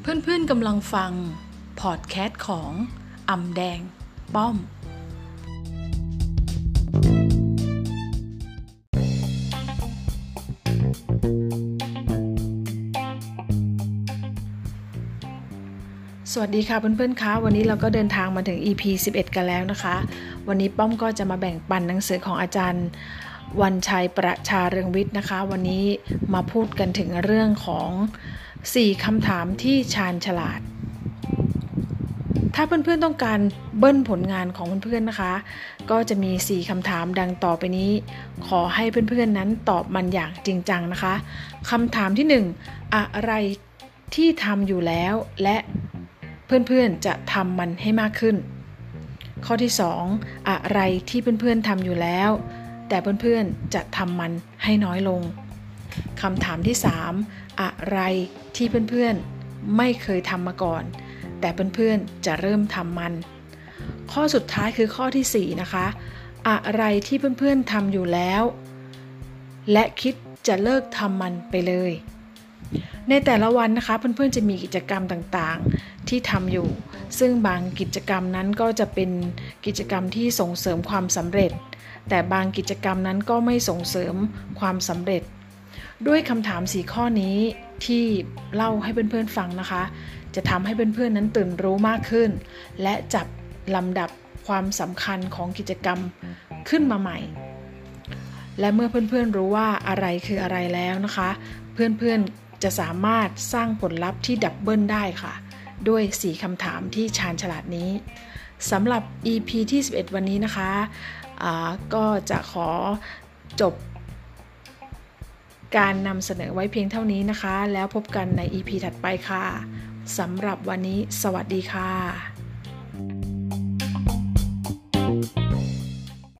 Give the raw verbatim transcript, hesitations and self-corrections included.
เพื่อนๆกำลังฟังพอดแคสต์ของอำแดงป้อมสวัสดีค่ะเพื่อนๆคะวันนี้เราก็เดินทางมาถึง อี พี สิบเอ็ดกันแล้วนะคะวันนี้ป้อมก็จะมาแบ่งปันหนังสือของอาจารย์วันชัยประชาเรืองวิทย์นะคะวันนี้มาพูดกันถึงเรื่องของสี่คำถามที่ชาญฉลาดถ้าเพื่อนๆต้องการเบิ้ลผลงานของเพื่อนๆนะคะก็จะมีสี่คำถามดังต่อไปนี้ขอให้เพื่อนๆนั้นตอบมันอย่างจริงจังนะคะคำถามที่หนึ่งอะไรที่ทำอยู่แล้วและเพื่อนๆจะทำมันให้มากขึ้นข้อที่สองอะไรที่เพื่อนๆทำอยู่แล้วแต่เพื่อนๆจะทำมันให้น้อยลงคำถามที่สามอะไรที่เพื่อนๆไม่เคยทำมาก่อนแต่เพื่อนๆจะเริ่มทำมันข้อสุดท้ายคือข้อที่สี่นะคะอะไรที่เพื่อนๆทำอยู่แล้วและคิดจะเลิกทำมันไปเลยในแต่ละวันนะคะเพื่อนๆจะมีกิจกรรมต่างๆที่ทำอยู่ซึ่งบางกิจกรรมนั้นก็จะเป็นกิจกรรมที่ส่งเสริมความสำเร็จแต่บางกิจกรรมนั้นก็ไม่ส่งเสริมความสำเร็จด้วยคำถามสี่ข้อนี้ที่เล่าให้เพื่อนๆฟังนะคะจะทำให้เพื่อนๆนั้นตื่นรู้มากขึ้นและจับลำดับความสำคัญของกิจกรรมขึ้นมาใหม่และเมื่อเพื่อนๆรู้ว่าอะไรคืออะไรแล้วนะคะเพื่อนๆจะสามารถสร้างผลลัพธ์ที่ดับเบิลได้ค่ะด้วยสี่คำถามที่ชาญฉลาดนี้สำหรับ อี พี ที่สิบเอ็ดวันนี้นะคะอ่าก็จะขอจบการนำเสนอไว้เพียงเท่านี้นะคะแล้วพบกันใน อี พี ถัดไปค่ะสำหรับวันนี้สวัสดีค่ะ